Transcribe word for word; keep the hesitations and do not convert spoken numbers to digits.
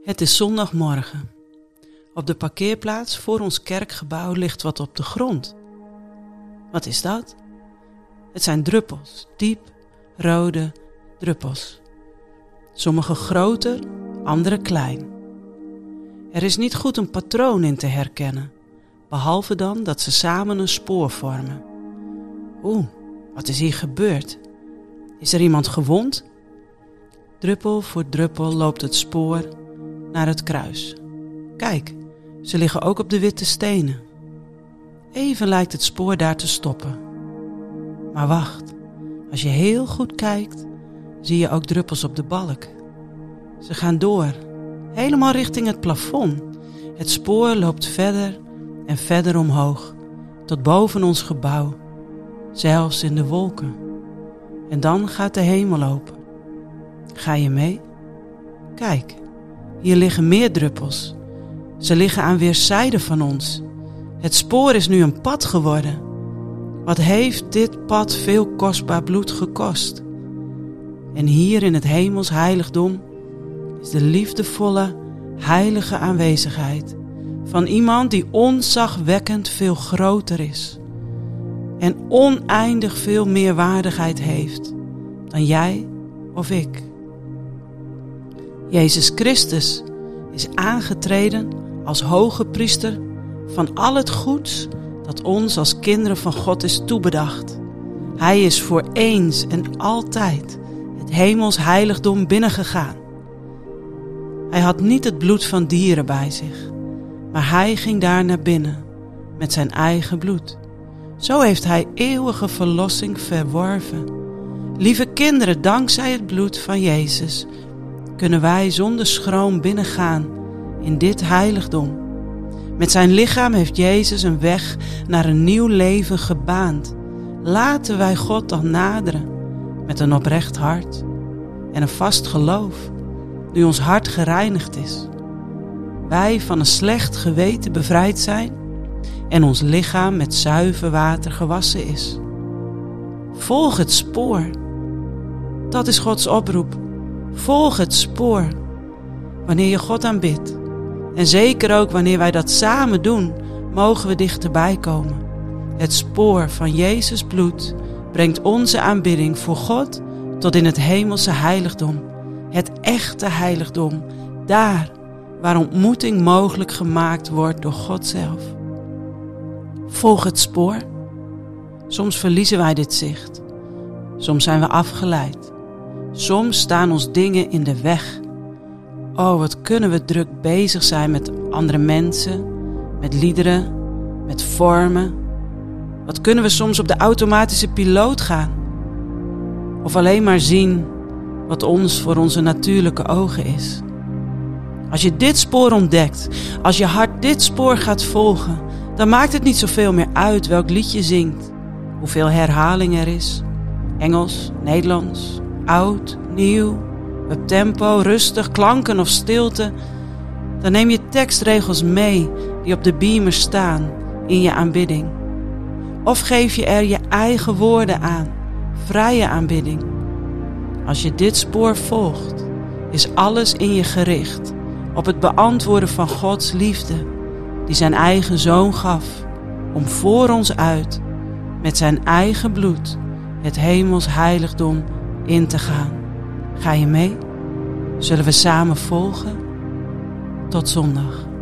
Het is zondagmorgen. Op de parkeerplaats voor ons kerkgebouw ligt wat op de grond. Wat is dat? Het zijn druppels, diep rode druppels. Sommige groter, andere klein. Er is niet goed een patroon in te herkennen, behalve dan dat ze samen een spoor vormen. Oeh, wat is hier gebeurd? Is er iemand gewond? Druppel voor druppel loopt het spoor naar het kruis. Kijk, ze liggen ook op de witte stenen. Even lijkt het spoor daar te stoppen. Maar wacht, als je heel goed kijkt, zie je ook druppels op de balk. Ze gaan door, helemaal richting het plafond. Het spoor loopt verder en verder omhoog, tot boven ons gebouw, zelfs in de wolken. En dan gaat de hemel open. Ga je mee? Kijk, hier liggen meer druppels. Ze liggen aan weerszijden van ons. Het spoor is nu een pad geworden. Wat heeft dit pad veel kostbaar bloed gekost? En hier in het hemels heiligdom is de liefdevolle, heilige aanwezigheid van iemand die ontzagwekkend veel groter is en oneindig veel meer waardigheid heeft dan jij of ik. Jezus Christus is aangetreden als hoge priester van al het goeds dat ons als kinderen van God is toebedacht. Hij is voor eens en altijd het hemels heiligdom binnengegaan. Hij had niet het bloed van dieren bij zich, maar hij ging daar naar binnen met zijn eigen bloed. Zo heeft hij eeuwige verlossing verworven. Lieve kinderen, dankzij het bloed van Jezus kunnen wij zonder schroom binnengaan in dit heiligdom. Met zijn lichaam heeft Jezus een weg naar een nieuw leven gebaand. Laten wij God dan naderen met een oprecht hart en een vast geloof, nu ons hart gereinigd is. Wij van een slecht geweten bevrijd zijn en ons lichaam met zuiver water gewassen is. Volg het spoor. Dat is Gods oproep. Volg het spoor. Wanneer je God aanbidt, en zeker ook wanneer wij dat samen doen, mogen we dichterbij komen. Het spoor van Jezus bloed brengt onze aanbidding voor God tot in het hemelse heiligdom. Het echte heiligdom, daar waar ontmoeting mogelijk gemaakt wordt door God zelf. Volg het spoor. Soms verliezen wij dit zicht. Soms zijn we afgeleid. Soms staan ons dingen in de weg. Oh, wat kunnen we druk bezig zijn met andere mensen, met liederen, met vormen. Wat kunnen we soms op de automatische piloot gaan? Of alleen maar zien wat ons voor onze natuurlijke ogen is. Als je dit spoor ontdekt, als je hart dit spoor gaat volgen, dan maakt het niet zoveel meer uit welk lied je zingt, hoeveel herhaling er is. Engels, Nederlands, oud, nieuw, op tempo, rustig, klanken of stilte. Dan neem je tekstregels mee die op de beamer staan in je aanbidding. Of geef je er je eigen woorden aan, vrije aanbidding. Als je dit spoor volgt, is alles in je gericht op het beantwoorden van Gods liefde, die zijn eigen zoon gaf, om voor ons uit, met zijn eigen bloed, het hemels heiligdom in te gaan. Ga je mee? Zullen we samen volgen? Tot zondag.